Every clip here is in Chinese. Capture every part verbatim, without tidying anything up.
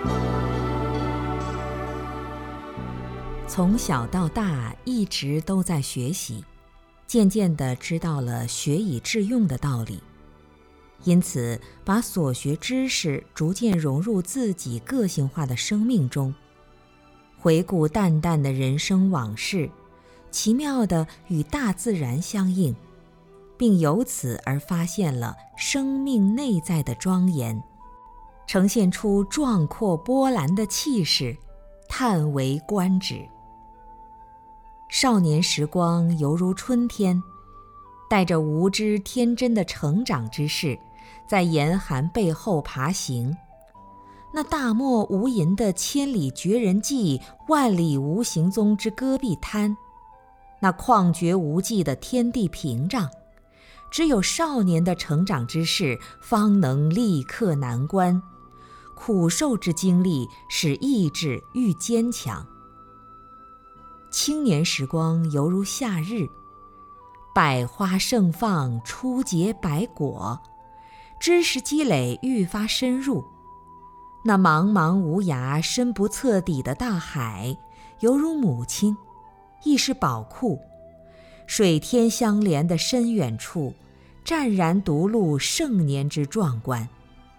从小到大一直都在学习，渐渐地知道了学以致用的道理，因此把所学知识逐渐融入自己个性化的生命中。回顾淡淡的人生往事，奇妙地与大自然相应，并由此而发现了生命内在的庄严，呈现出壮阔波澜的气势，叹为观止。少年时光犹如春天，带着无知天真的成长之势，在严寒背后爬行。那大漠无垠的千里绝人迹，万里无行踪之戈壁滩，那旷绝无际的天地屏障，只有少年的成长之势方能力克难关，苦受之经历使意志愈坚强。青年时光犹如夏日，百花盛放，初结百果，知识积累愈发深入。那茫茫无涯深不测底的大海，犹如母亲，亦是宝库，水天相连的深远处，湛然独露盛年之壮观。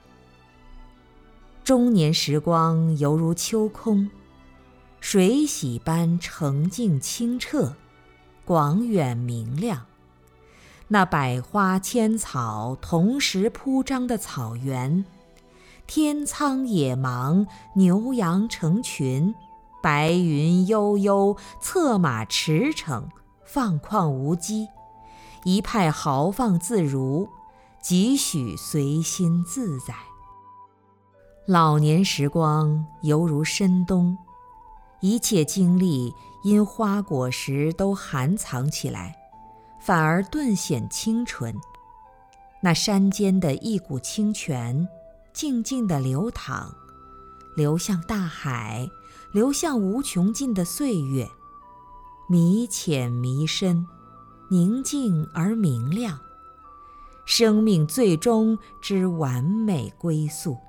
中年时光犹如秋空，水洗般澄净清澈，广远明亮。那百花千草同时铺张的草原，天苍野茫，牛羊成群，白云悠悠，策马驰骋，放旷无羁，一派豪放自如，几许随心自在。老年时光犹如深冬，一切经历因花果实都含藏起来，反而顿显清纯。那山间的一股清泉静静地流淌，流向大海，流向无穷尽的岁月，迷浅迷深，宁静而明亮，生命最终之完美归宿。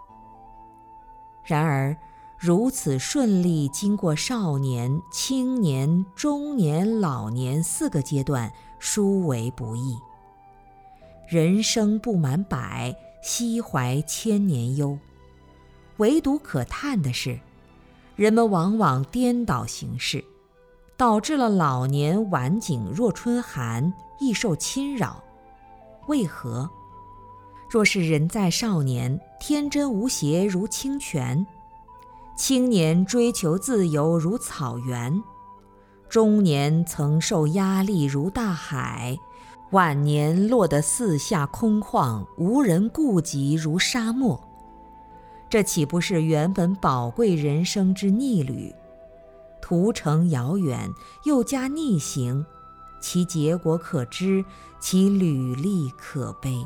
然而如此顺利经过少年、青年、中年、老年四个阶段，殊为不易。人生不满百，悉怀千年忧。唯独可叹的是，人们往往颠倒行事，导致了老年晚景若春寒，易受侵扰。为何？若是人在少年，天真无邪如清泉，青年追求自由如草原，中年曾受压力如大海，晚年落得四下空旷，无人顾及如沙漠。这岂不是原本宝贵人生之逆旅？途程遥远，又加逆行，其结果可知，其履历可悲。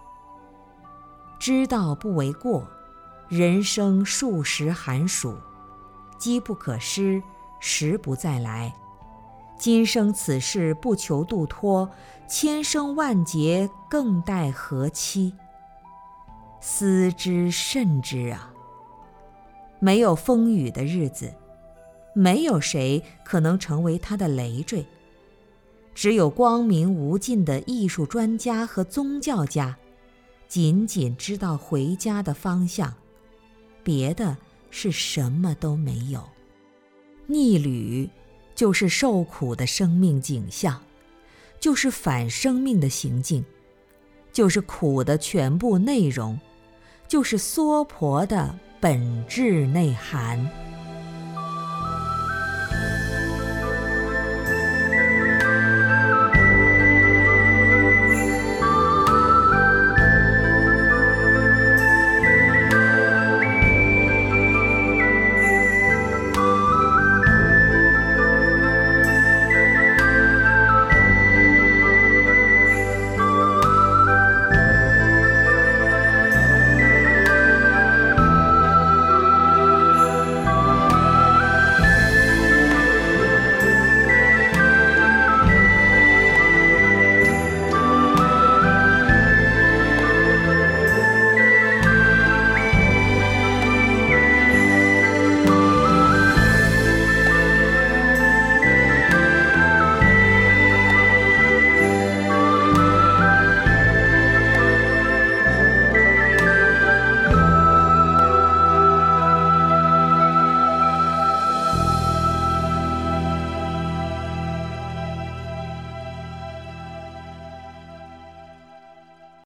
知道不为过，人生数十寒暑，机不可失，时不再来。今生此事不求度脱，千生万劫更待何期？思之慎之啊！没有风雨的日子，没有谁可能成为他的累赘，只有光明无尽的艺术专家和宗教家，仅仅知道回家的方向，别的是什么都没有。逆旅就是受苦的生命景象，就是反生命的行径，就是苦的全部内容，就是娑婆的本质内涵。